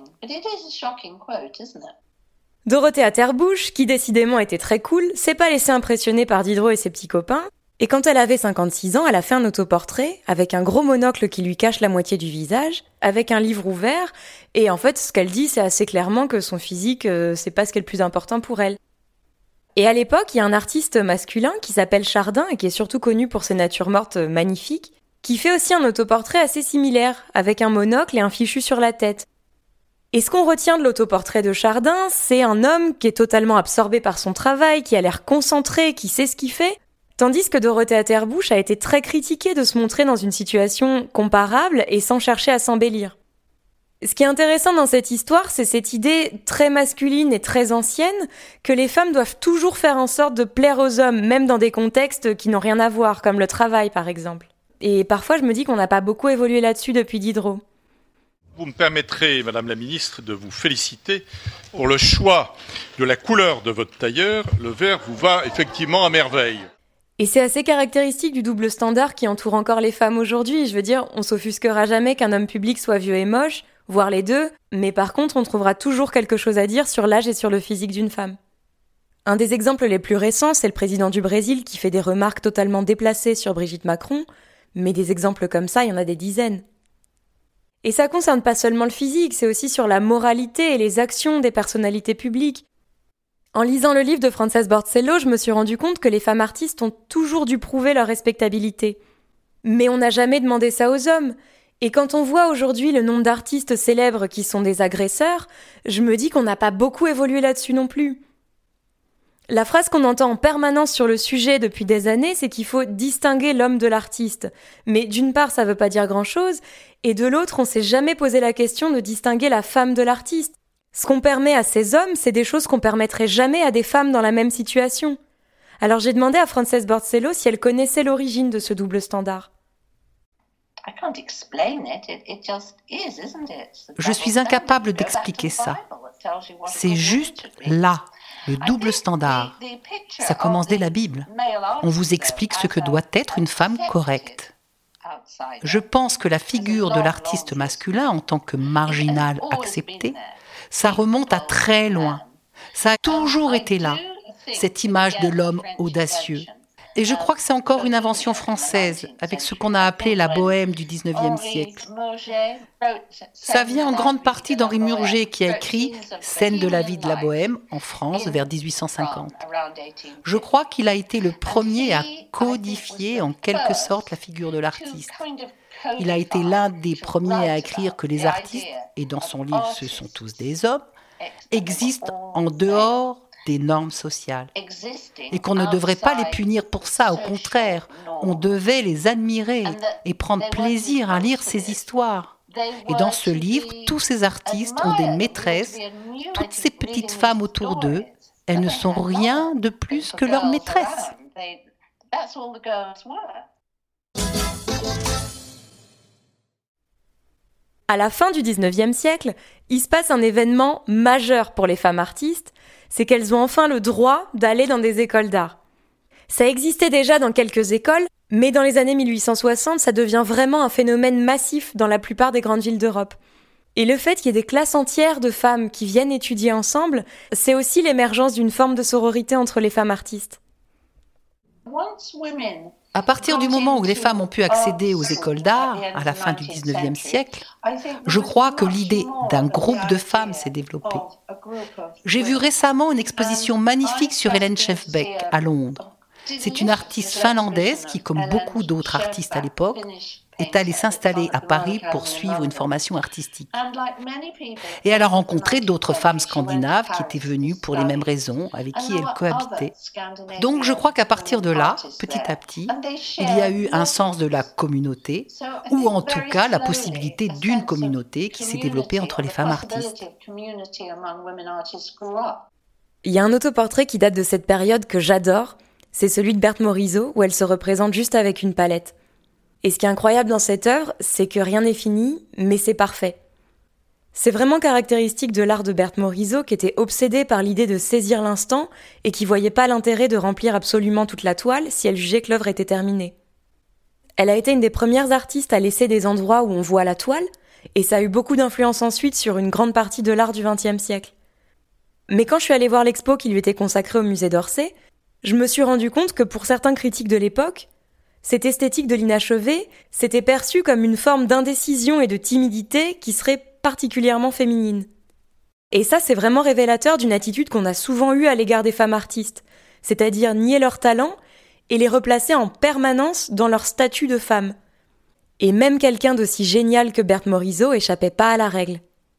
Dorothea Terbusch, qui décidément était très cool, s'est pas laissée impressionner par Diderot et ses petits copains, et quand elle avait cinquante-six ans, elle a fait un autoportrait avec un gros monocle qui lui cache la moitié du visage, avec un livre ouvert, et en fait, ce qu'elle dit, c'est assez clairement que son physique, euh, c'est pas ce qui est le plus important pour elle. Et à l'époque, il y a un artiste masculin qui s'appelle Chardin, et qui est surtout connu pour ses natures mortes magnifiques, qui fait aussi un autoportrait assez similaire, avec un monocle et un fichu sur la tête. Et ce qu'on retient de l'autoportrait de Chardin, c'est un homme qui est totalement absorbé par son travail, qui a l'air concentré, qui sait ce qu'il fait, tandis que Dorothée Atterbuch a été très critiquée de se montrer dans une situation comparable et sans chercher à s'embellir. Ce qui est intéressant dans cette histoire, c'est cette idée très masculine et très ancienne que les femmes doivent toujours faire en sorte de plaire aux hommes, même dans des contextes qui n'ont rien à voir, comme le travail par exemple. Et parfois je me dis qu'on n'a pas beaucoup évolué là-dessus depuis Diderot. Vous me permettrez, Madame la Ministre, de vous féliciter pour le choix de la couleur de votre tailleur. Le vert vous va effectivement à merveille. Et c'est assez caractéristique du double standard qui entoure encore les femmes aujourd'hui. Je veux dire, on s'offusquera jamais qu'un homme public soit vieux et moche, voire les deux, mais par contre, on trouvera toujours quelque chose à dire sur l'âge et sur le physique d'une femme. Un des exemples les plus récents, c'est le président du Brésil qui fait des remarques totalement déplacées sur Brigitte Macron, mais des exemples comme ça, il y en a des dizaines. Et ça concerne pas seulement le physique, c'est aussi sur la moralité et les actions des personnalités publiques. En lisant le livre de Frances Borsello, je me suis rendu compte que les femmes artistes ont toujours dû prouver leur respectabilité. Mais on n'a jamais demandé ça aux hommes. Et quand on voit aujourd'hui le nombre d'artistes célèbres qui sont des agresseurs, je me dis qu'on n'a pas beaucoup évolué là-dessus non plus. La phrase qu'on entend en permanence sur le sujet depuis des années, c'est qu'il faut distinguer l'homme de l'artiste. Mais d'une part, ça veut pas dire grand-chose, et de l'autre, on s'est jamais posé la question de distinguer la femme de l'artiste. Ce qu'on permet à ces hommes, c'est des choses qu'on permettrait jamais à des femmes dans la même situation. Alors j'ai demandé à Frances Borsello si elle connaissait l'origine de ce double standard. Je suis incapable d'expliquer ça. C'est juste là. Le double standard, ça commence dès la Bible. On vous explique ce que doit être une femme correcte. Je pense que la figure de l'artiste masculin en tant que marginal accepté, ça remonte à très loin. Ça a toujours été là, cette image de l'homme audacieux. Et je crois que c'est encore une invention française, avec ce qu'on a appelé la bohème du dix-neuvième siècle. Ça vient en grande partie d'Henri Murger, qui a écrit « Scène de la vie de la bohème » en France vers dix-huit cent cinquante. Je crois qu'il a été le premier à codifier en quelque sorte la figure de l'artiste. Il a été l'un des premiers à écrire que les artistes, et dans son livre ce sont tous des hommes, existent en dehors des normes sociales. Et qu'on ne devrait pas les punir pour ça, au contraire, on devait les admirer et prendre plaisir à lire ces histoires. Et dans ce livre, tous ces artistes ont des maîtresses, toutes ces petites femmes autour d'eux, elles ne sont rien de plus que leurs maîtresses. À la fin du dix-neuvième siècle, il se passe un événement majeur pour les femmes artistes, c'est qu'elles ont enfin le droit d'aller dans des écoles d'art. Ça existait déjà dans quelques écoles, mais dans les années mille huit cent soixante, ça devient vraiment un phénomène massif dans la plupart des grandes villes d'Europe. Et le fait qu'il y ait des classes entières de femmes qui viennent étudier ensemble, c'est aussi l'émergence d'une forme de sororité entre les femmes artistes. À partir du moment où les femmes ont pu accéder aux écoles d'art, à la fin du dix-neuvième siècle, je crois que l'idée d'un groupe de femmes s'est développée. J'ai vu récemment une exposition magnifique sur Hélène Schefbeck à Londres. C'est une artiste finlandaise qui, comme beaucoup d'autres artistes à l'époque, est allée s'installer à Paris pour suivre une formation artistique. Et elle a rencontré d'autres femmes scandinaves qui étaient venues pour les mêmes raisons, avec qui elle cohabitait. Donc je crois qu'à partir de là, petit à petit, il y a eu un sens de la communauté, ou en tout cas la possibilité d'une communauté qui s'est développée entre les femmes artistes. Il y a un autoportrait qui date de cette période que j'adore, c'est celui de Berthe Morisot, où elle se représente juste avec une palette. Et ce qui est incroyable dans cette œuvre, c'est que rien n'est fini, mais c'est parfait. C'est vraiment caractéristique de l'art de Berthe Morisot, qui était obsédée par l'idée de saisir l'instant et qui voyait pas l'intérêt de remplir absolument toute la toile si elle jugeait que l'œuvre était terminée. Elle a été une des premières artistes à laisser des endroits où on voit la toile, et ça a eu beaucoup d'influence ensuite sur une grande partie de l'art du vingtième siècle. Mais quand je suis allée voir l'expo qui lui était consacrée au musée d'Orsay, je me suis rendu compte que pour certains critiques de l'époque, cette esthétique de l'inachevé s'était perçue comme une forme d'indécision et de timidité qui serait particulièrement féminine. Et ça, c'est vraiment révélateur d'une attitude qu'on a souvent eue à l'égard des femmes artistes, c'est-à-dire nier leur talent et les replacer en permanence dans leur statut de femme. Et même quelqu'un d'aussi génial que Berthe Morisot échappait pas à la règle.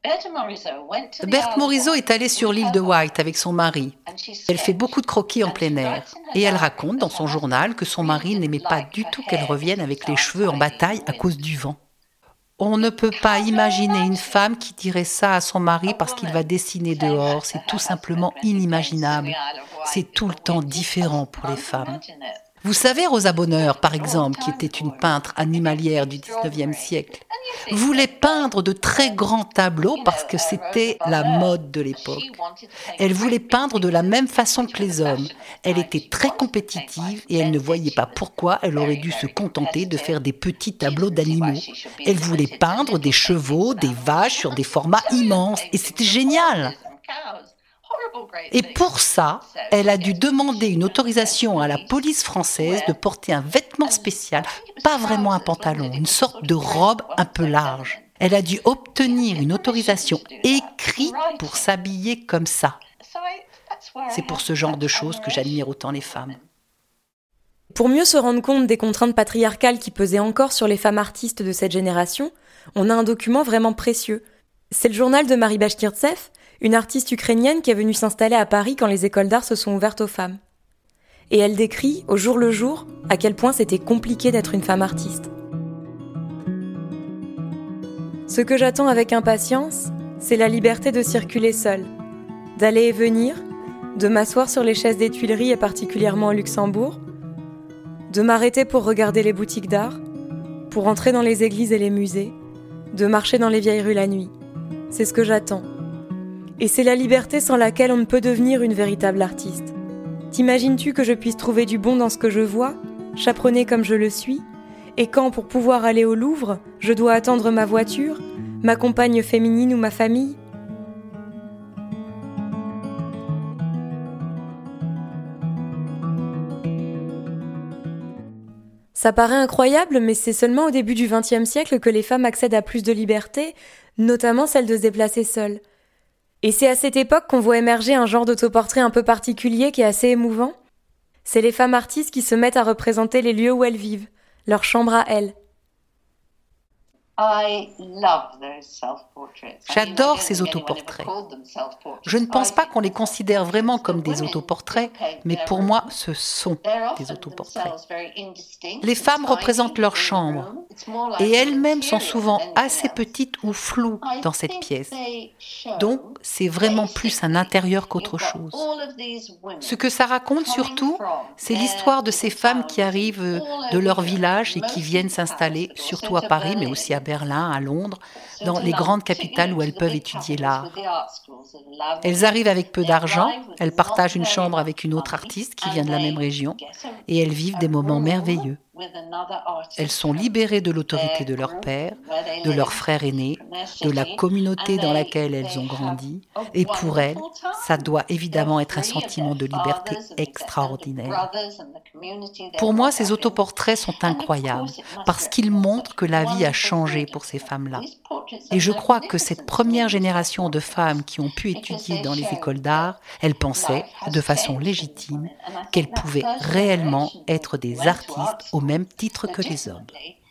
Berthe Morisot est allée sur l'île de Wight avec son mari. Elle fait beaucoup de croquis en plein air. Et elle raconte dans son journal que son mari n'aimait pas du tout qu'elle revienne avec les cheveux en bataille à cause du vent. On ne peut pas imaginer une femme qui dirait ça à son mari parce qu'il va dessiner dehors. C'est tout simplement inimaginable. C'est tout le temps différent pour les femmes. Vous savez, Rosa Bonheur, par exemple, qui était une peintre animalière du dix-neuvième siècle, voulait peindre de très grands tableaux parce que c'était la mode de l'époque. Elle voulait peindre de la même façon que les hommes. Elle était très compétitive et elle ne voyait pas pourquoi elle aurait dû se contenter de faire des petits tableaux d'animaux. Elle voulait peindre des chevaux, des vaches sur des formats immenses et c'était génial. Et pour ça, elle a dû demander une autorisation à la police française de porter un vêtement spécial, pas vraiment un pantalon, une sorte de robe un peu large. Elle a dû obtenir une autorisation écrite pour s'habiller comme ça. C'est pour ce genre de choses que j'admire autant les femmes. Pour mieux se rendre compte des contraintes patriarcales qui pesaient encore sur les femmes artistes de cette génération, on a un document vraiment précieux. C'est le journal de Marie Bashkirtsev, une artiste ukrainienne qui est venue s'installer à Paris quand les écoles d'art se sont ouvertes aux femmes. Et elle décrit, au jour le jour, à quel point c'était compliqué d'être une femme artiste. Ce que j'attends avec impatience, c'est la liberté de circuler seule, d'aller et venir, de m'asseoir sur les chaises des Tuileries et particulièrement au Luxembourg, de m'arrêter pour regarder les boutiques d'art, pour entrer dans les églises et les musées, de marcher dans les vieilles rues la nuit. C'est ce que j'attends. Et c'est la liberté sans laquelle on ne peut devenir une véritable artiste. T'imagines-tu que je puisse trouver du bon dans ce que je vois, chaperonnée comme je le suis, et quand, pour pouvoir aller au Louvre, je dois attendre ma voiture, ma compagne féminine ou ma famille ? Ça paraît incroyable, mais c'est seulement au début du vingtième siècle que les femmes accèdent à plus de liberté, notamment celle de se déplacer seules. Et c'est à cette époque qu'on voit émerger un genre d'autoportrait un peu particulier qui est assez émouvant. C'est les femmes artistes qui se mettent à représenter les lieux où elles vivent, leur chambre à elles. J'adore ces autoportraits. Je ne pense pas qu'on les considère vraiment comme des autoportraits, mais pour moi, ce sont des autoportraits. Les femmes représentent leur chambre, et elles-mêmes sont souvent assez petites ou floues dans cette pièce. Donc, c'est vraiment plus un intérieur qu'autre chose. Ce que ça raconte surtout, c'est l'histoire de ces femmes qui arrivent de leur village et qui viennent s'installer, surtout à Paris, mais aussi à Berlin, à Londres, dans les grandes capitales où elles peuvent étudier l'art. Elles arrivent avec peu d'argent, elles partagent une chambre avec une autre artiste qui vient de la même région, et elles vivent des moments merveilleux. Elles sont libérées de l'autorité de leur père, de leur frère aîné, de la communauté dans laquelle elles ont grandi, et pour elles, ça doit évidemment être un sentiment de liberté extraordinaire. Pour moi, ces autoportraits sont incroyables, parce qu'ils montrent que la vie a changé pour ces femmes-là. Et je crois que cette première génération de femmes qui ont pu étudier dans les écoles d'art, elles pensaient, de façon légitime, qu'elles pouvaient réellement être des artistes au même titre que les hommes.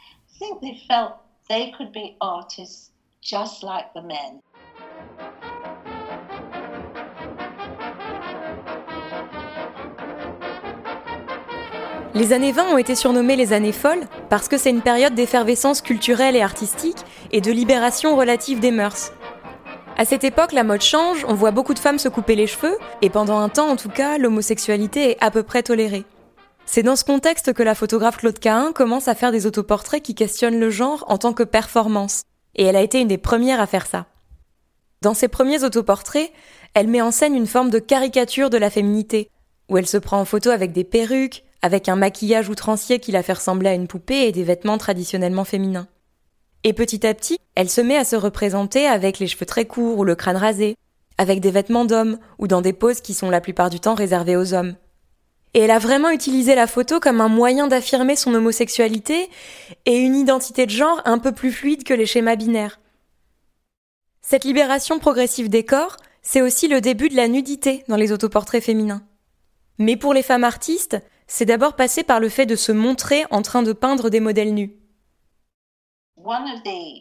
Les années vingt ont été surnommées les années folles parce que c'est une période d'effervescence culturelle et artistique et de libération relative des mœurs. À cette époque, la mode change, on voit beaucoup de femmes se couper les cheveux, et pendant un temps en tout cas, l'homosexualité est à peu près tolérée. C'est dans ce contexte que la photographe Claude Cahun commence à faire des autoportraits qui questionnent le genre en tant que performance, et elle a été une des premières à faire ça. Dans ses premiers autoportraits, elle met en scène une forme de caricature de la féminité, où elle se prend en photo avec des perruques, avec un maquillage outrancier qui la fait ressembler à une poupée et des vêtements traditionnellement féminins. Et petit à petit, elle se met à se représenter avec les cheveux très courts ou le crâne rasé, avec des vêtements d'hommes ou dans des poses qui sont la plupart du temps réservées aux hommes. Et elle a vraiment utilisé la photo comme un moyen d'affirmer son homosexualité et une identité de genre un peu plus fluide que les schémas binaires. Cette libération progressive des corps, c'est aussi le début de la nudité dans les autoportraits féminins. Mais pour les femmes artistes, c'est d'abord passé par le fait de se montrer en train de peindre des modèles nus.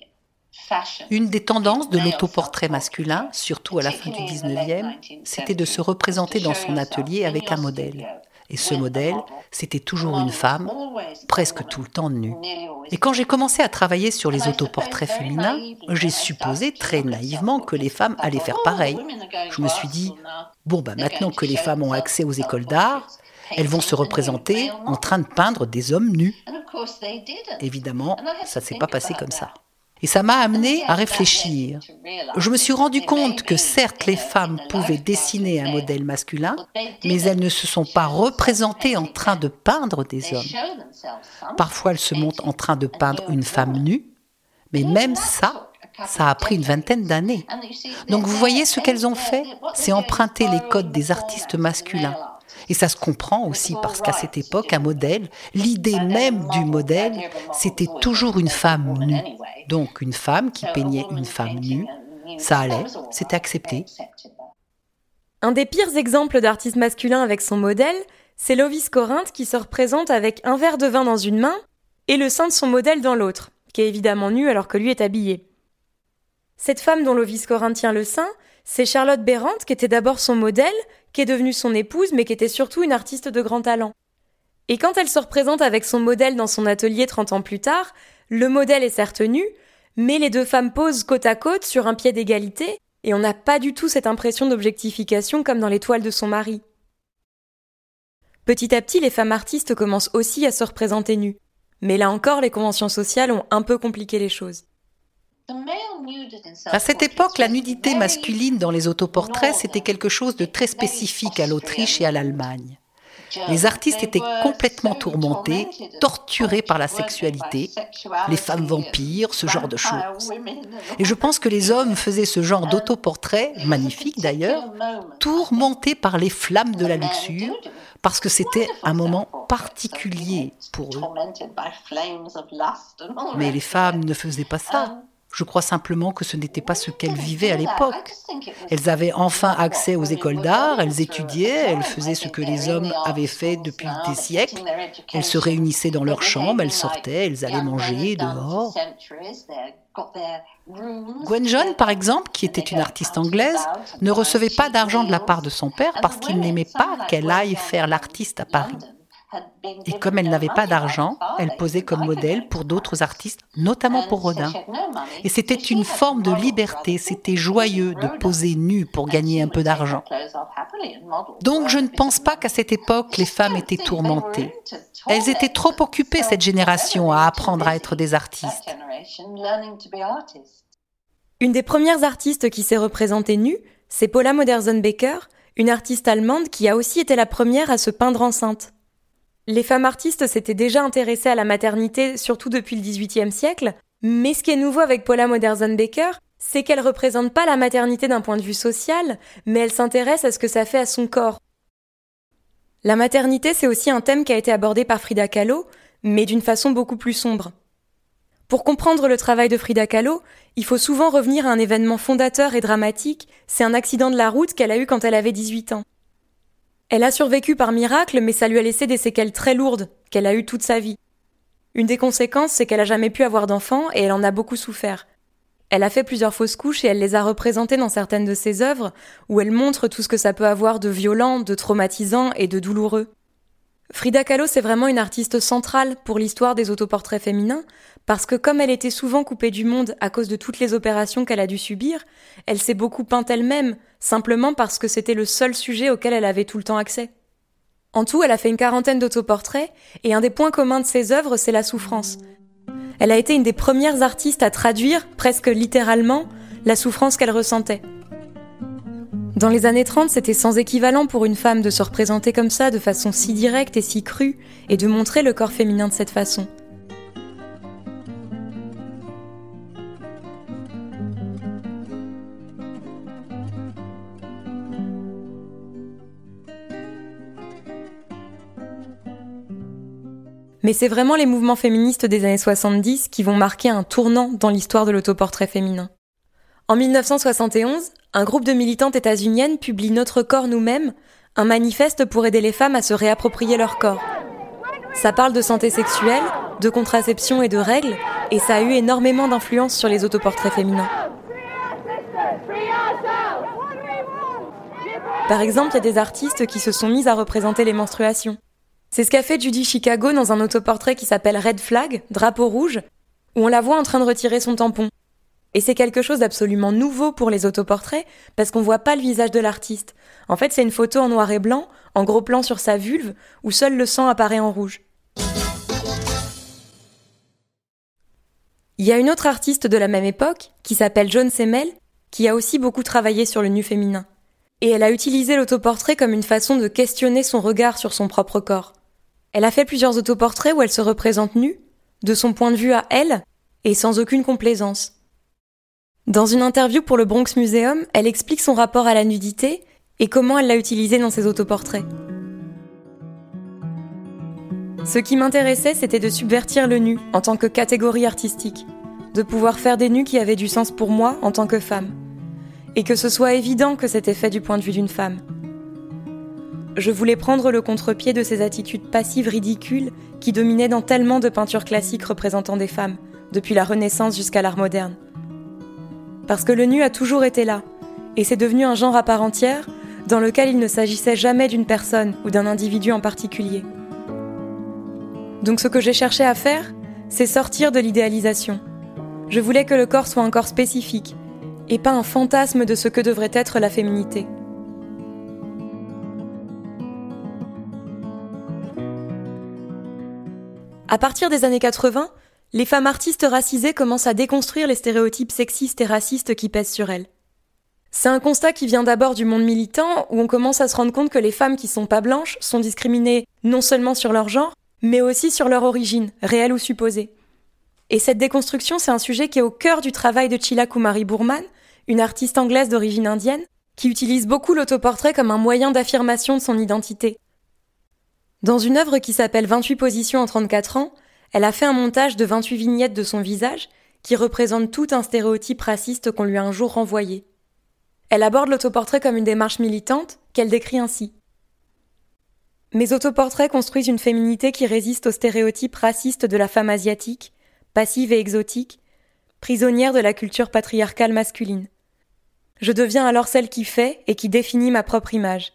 Une des tendances de l'autoportrait masculin, surtout à la fin du dix-neuvième, c'était de se représenter dans son atelier avec un modèle. Et ce modèle, c'était toujours une femme, presque tout le temps nue. Et quand j'ai commencé à travailler sur les autoportraits féminins, j'ai supposé très naïvement que les femmes allaient faire pareil. Je me suis dit, bon, bah maintenant que les femmes ont accès aux écoles d'art, elles vont se représenter en train de peindre des hommes nus. Évidemment, ça ne s'est pas passé comme ça. Et ça m'a amené à réfléchir. Je me suis rendu compte que certes, les femmes pouvaient dessiner un modèle masculin, mais elles ne se sont pas représentées en train de peindre des hommes. Parfois, elles se montrent en train de peindre une femme nue, mais même ça, ça a pris une vingtaine d'années. Donc vous voyez ce qu'elles ont fait, c'est emprunter les codes des artistes masculins. Et ça se comprend aussi parce qu'à cette époque, un modèle, l'idée même du modèle, c'était toujours une femme nue. Donc une femme qui peignait une femme nue, ça allait, c'était accepté. Un des pires exemples d'artiste masculin avec son modèle, c'est Lovis Corinth qui se représente avec un verre de vin dans une main et le sein de son modèle dans l'autre, qui est évidemment nu alors que lui est habillé. Cette femme dont Lovis Corinth tient le sein, c'est Charlotte Bérandt, qui était d'abord son modèle, qui est devenue son épouse, mais qui était surtout une artiste de grand talent. Et quand elle se représente avec son modèle dans son atelier trente ans plus tard, le modèle est certes nu, mais les deux femmes posent côte à côte sur un pied d'égalité, et on n'a pas du tout cette impression d'objectification comme dans les toiles de son mari. Petit à petit, les femmes artistes commencent aussi à se représenter nues. Mais là encore, les conventions sociales ont un peu compliqué les choses. À cette époque, la nudité masculine dans les autoportraits, c'était quelque chose de très spécifique à l'Autriche et à l'Allemagne. Les artistes étaient complètement tourmentés, torturés par la sexualité, les femmes vampires, ce genre de choses. Et je pense que les hommes faisaient ce genre d'autoportrait, magnifique d'ailleurs, tourmentés par les flammes de la luxure, parce que c'était un moment particulier pour eux. Mais les femmes ne faisaient pas ça. Je crois simplement que ce n'était pas ce qu'elles vivaient à l'époque. Elles avaient enfin accès aux écoles d'art, elles étudiaient, elles faisaient ce que les hommes avaient fait depuis des siècles. Elles se réunissaient dans leur chambre, elles sortaient, elles allaient manger dehors. Gwen John, par exemple, qui était une artiste anglaise, ne recevait pas d'argent de la part de son père parce qu'il n'aimait pas qu'elle aille faire l'artiste à Paris. Et comme elle n'avait pas d'argent, elle posait comme modèle pour d'autres artistes, notamment pour Rodin. Et c'était une forme de liberté, c'était joyeux de poser nue pour gagner un peu d'argent. Donc je ne pense pas qu'à cette époque, les femmes étaient tourmentées. Elles étaient trop occupées, cette génération, à apprendre à être des artistes. Une des premières artistes qui s'est représentée nue, c'est Paula Modersohn-Becker, une artiste allemande qui a aussi été la première à se peindre enceinte. Les femmes artistes s'étaient déjà intéressées à la maternité, surtout depuis le dix-huitième siècle, mais ce qui est nouveau avec Paula Modersohn-Becker, c'est qu'elle ne représente pas la maternité d'un point de vue social, mais elle s'intéresse à ce que ça fait à son corps. La maternité, c'est aussi un thème qui a été abordé par Frida Kahlo, mais d'une façon beaucoup plus sombre. Pour comprendre le travail de Frida Kahlo, il faut souvent revenir à un événement fondateur et dramatique, c'est un accident de la route qu'elle a eu quand elle avait dix-huit ans. Elle a survécu par miracle, mais ça lui a laissé des séquelles très lourdes, qu'elle a eues toute sa vie. Une des conséquences, c'est qu'elle a jamais pu avoir d'enfants et elle en a beaucoup souffert. Elle a fait plusieurs fausses couches et elle les a représentées dans certaines de ses œuvres, où elle montre tout ce que ça peut avoir de violent, de traumatisant et de douloureux. Frida Kahlo, c'est vraiment une artiste centrale pour l'histoire des autoportraits féminins, parce que comme elle était souvent coupée du monde à cause de toutes les opérations qu'elle a dû subir, elle s'est beaucoup peinte elle-même, simplement parce que c'était le seul sujet auquel elle avait tout le temps accès. En tout, elle a fait une quarantaine d'autoportraits, et un des points communs de ses œuvres, c'est la souffrance. Elle a été une des premières artistes à traduire, presque littéralement, la souffrance qu'elle ressentait. Dans les années trente, c'était sans équivalent pour une femme de se représenter comme ça, de façon si directe et si crue, et de montrer le corps féminin de cette façon. Mais c'est vraiment les mouvements féministes des années soixante-dix qui vont marquer un tournant dans l'histoire de l'autoportrait féminin. En mille neuf cent soixante et onze, un groupe de militantes états-uniennes publie Notre corps nous-mêmes, un manifeste pour aider les femmes à se réapproprier leur corps. Ça parle de santé sexuelle, de contraception et de règles, et ça a eu énormément d'influence sur les autoportraits féminins. Par exemple, il y a des artistes qui se sont mis à représenter les menstruations. C'est ce qu'a fait Judy Chicago dans un autoportrait qui s'appelle Red Flag, drapeau rouge, où on la voit en train de retirer son tampon. Et c'est quelque chose d'absolument nouveau pour les autoportraits, parce qu'on voit pas le visage de l'artiste. En fait, c'est une photo en noir et blanc, en gros plan sur sa vulve, où seul le sang apparaît en rouge. Il y a une autre artiste de la même époque, qui s'appelle Joan Semel, qui a aussi beaucoup travaillé sur le nu féminin. Et elle a utilisé l'autoportrait comme une façon de questionner son regard sur son propre corps. Elle a fait plusieurs autoportraits où elle se représente nue, de son point de vue à elle, et sans aucune complaisance. Dans une interview pour le Bronx Museum, elle explique son rapport à la nudité et comment elle l'a utilisé dans ses autoportraits. Ce qui m'intéressait, c'était de subvertir le nu en tant que catégorie artistique, de pouvoir faire des nus qui avaient du sens pour moi en tant que femme, et que ce soit évident que c'était fait du point de vue d'une femme. Je voulais prendre le contre-pied de ces attitudes passives ridicules qui dominaient dans tellement de peintures classiques représentant des femmes, depuis la Renaissance jusqu'à l'art moderne. Parce que le nu a toujours été là, et c'est devenu un genre à part entière, dans lequel il ne s'agissait jamais d'une personne ou d'un individu en particulier. Donc ce que j'ai cherché à faire, c'est sortir de l'idéalisation. Je voulais que le corps soit un corps spécifique, et pas un fantasme de ce que devrait être la féminité. À partir des années quatre-vingts, les femmes artistes racisées commencent à déconstruire les stéréotypes sexistes et racistes qui pèsent sur elles. C'est un constat qui vient d'abord du monde militant, où on commence à se rendre compte que les femmes qui sont pas blanches sont discriminées non seulement sur leur genre, mais aussi sur leur origine, réelle ou supposée. Et cette déconstruction, c'est un sujet qui est au cœur du travail de Chilla Kumari Burman, une artiste anglaise d'origine indienne, qui utilise beaucoup l'autoportrait comme un moyen d'affirmation de son identité. Dans une œuvre qui s'appelle vingt-huit positions en trente-quatre ans, elle a fait un montage de vingt-huit vignettes de son visage qui représentent tout un stéréotype raciste qu'on lui a un jour renvoyé. Elle aborde l'autoportrait comme une démarche militante qu'elle décrit ainsi. Mes autoportraits construisent une féminité qui résiste aux stéréotypes racistes de la femme asiatique, passive et exotique, prisonnière de la culture patriarcale masculine. Je deviens alors celle qui fait et qui définit ma propre image.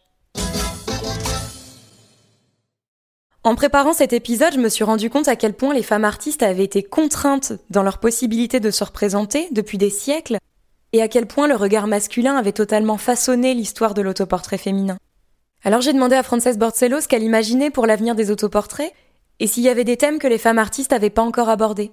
En préparant cet épisode, je me suis rendu compte à quel point les femmes artistes avaient été contraintes dans leur possibilité de se représenter depuis des siècles, et à quel point le regard masculin avait totalement façonné l'histoire de l'autoportrait féminin. Alors j'ai demandé à Frances Borsello ce qu'elle imaginait pour l'avenir des autoportraits, et s'il y avait des thèmes que les femmes artistes n'avaient pas encore abordés.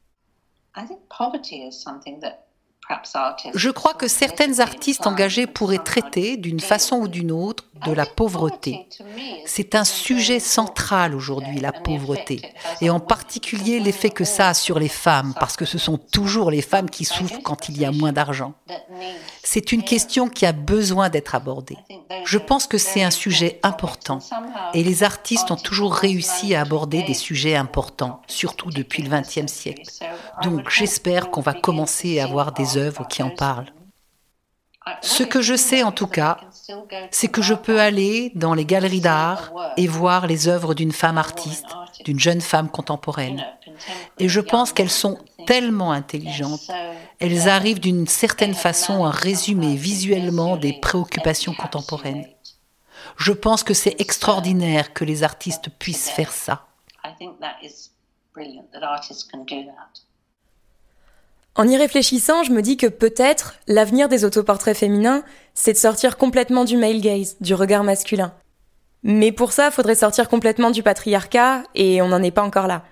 Je crois que certaines artistes engagées pourraient traiter, d'une façon ou d'une autre, de la pauvreté. C'est un sujet central aujourd'hui, la pauvreté, et en particulier l'effet que ça a sur les femmes, parce que ce sont toujours les femmes qui souffrent quand il y a moins d'argent. C'est une question qui a besoin d'être abordée. Je pense que c'est un sujet important, et les artistes ont toujours réussi à aborder des sujets importants, surtout depuis le vingtième siècle. Donc j'espère qu'on va commencer à avoir des œuvres qui en parlent. Ce que je sais en tout cas, c'est que je peux aller dans les galeries d'art et voir les œuvres d'une femme artiste, d'une jeune femme contemporaine. Et je pense qu'elles sont tellement intelligentes, elles arrivent d'une certaine façon à résumer visuellement des préoccupations contemporaines. Je pense que c'est extraordinaire que les artistes puissent faire ça. En y réfléchissant, je me dis que peut-être l'avenir des autoportraits féminins, c'est de sortir complètement du male gaze, du regard masculin. Mais pour ça, il faudrait sortir complètement du patriarcat, et on n'en est pas encore là.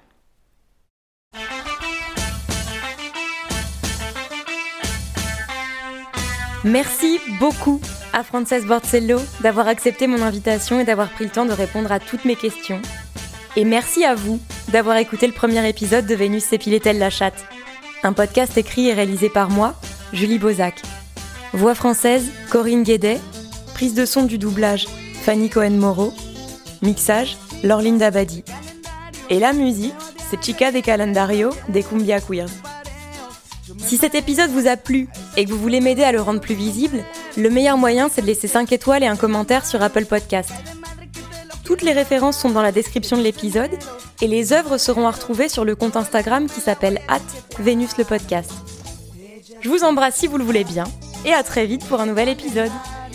Merci beaucoup à Frances Borsello d'avoir accepté mon invitation et d'avoir pris le temps de répondre à toutes mes questions. Et merci à vous d'avoir écouté le premier épisode de Vénus s'épilait-elle la chatte, un podcast écrit et réalisé par moi, Julie Bozac. Voix française, Corinne Guédet. Prise de son du doublage, Fanny Cohen-Moreau. Mixage, Laureline Dabadi. Et la musique, c'est Chica de Calendario des Cumbia Queers. Si cet épisode vous a plu et que vous voulez m'aider à le rendre plus visible, le meilleur moyen c'est de laisser cinq étoiles et un commentaire sur Apple Podcast. Toutes les références sont dans la description de l'épisode, Et les œuvres seront à retrouver sur le compte Instagram qui s'appelle arobase Vénus le podcast. Je vous embrasse si vous le voulez bien, et à très vite pour un nouvel épisode.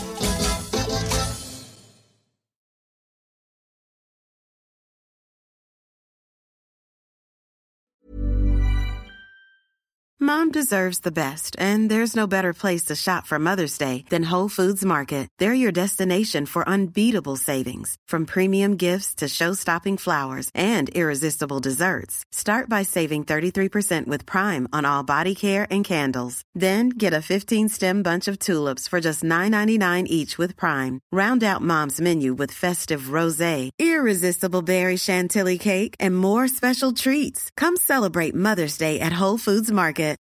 Mom deserves the best, and there's no better place to shop for Mother's Day than Whole Foods Market. They're your destination for unbeatable savings, from premium gifts to show-stopping flowers and irresistible desserts. Start by saving thirty-three percent with Prime on all body care and candles. Then get a fifteen-stem bunch of tulips for just nine ninety-nine each with Prime. Round out Mom's menu with festive rosé, irresistible berry chantilly cake, and more special treats. Come celebrate Mother's Day at Whole Foods Market.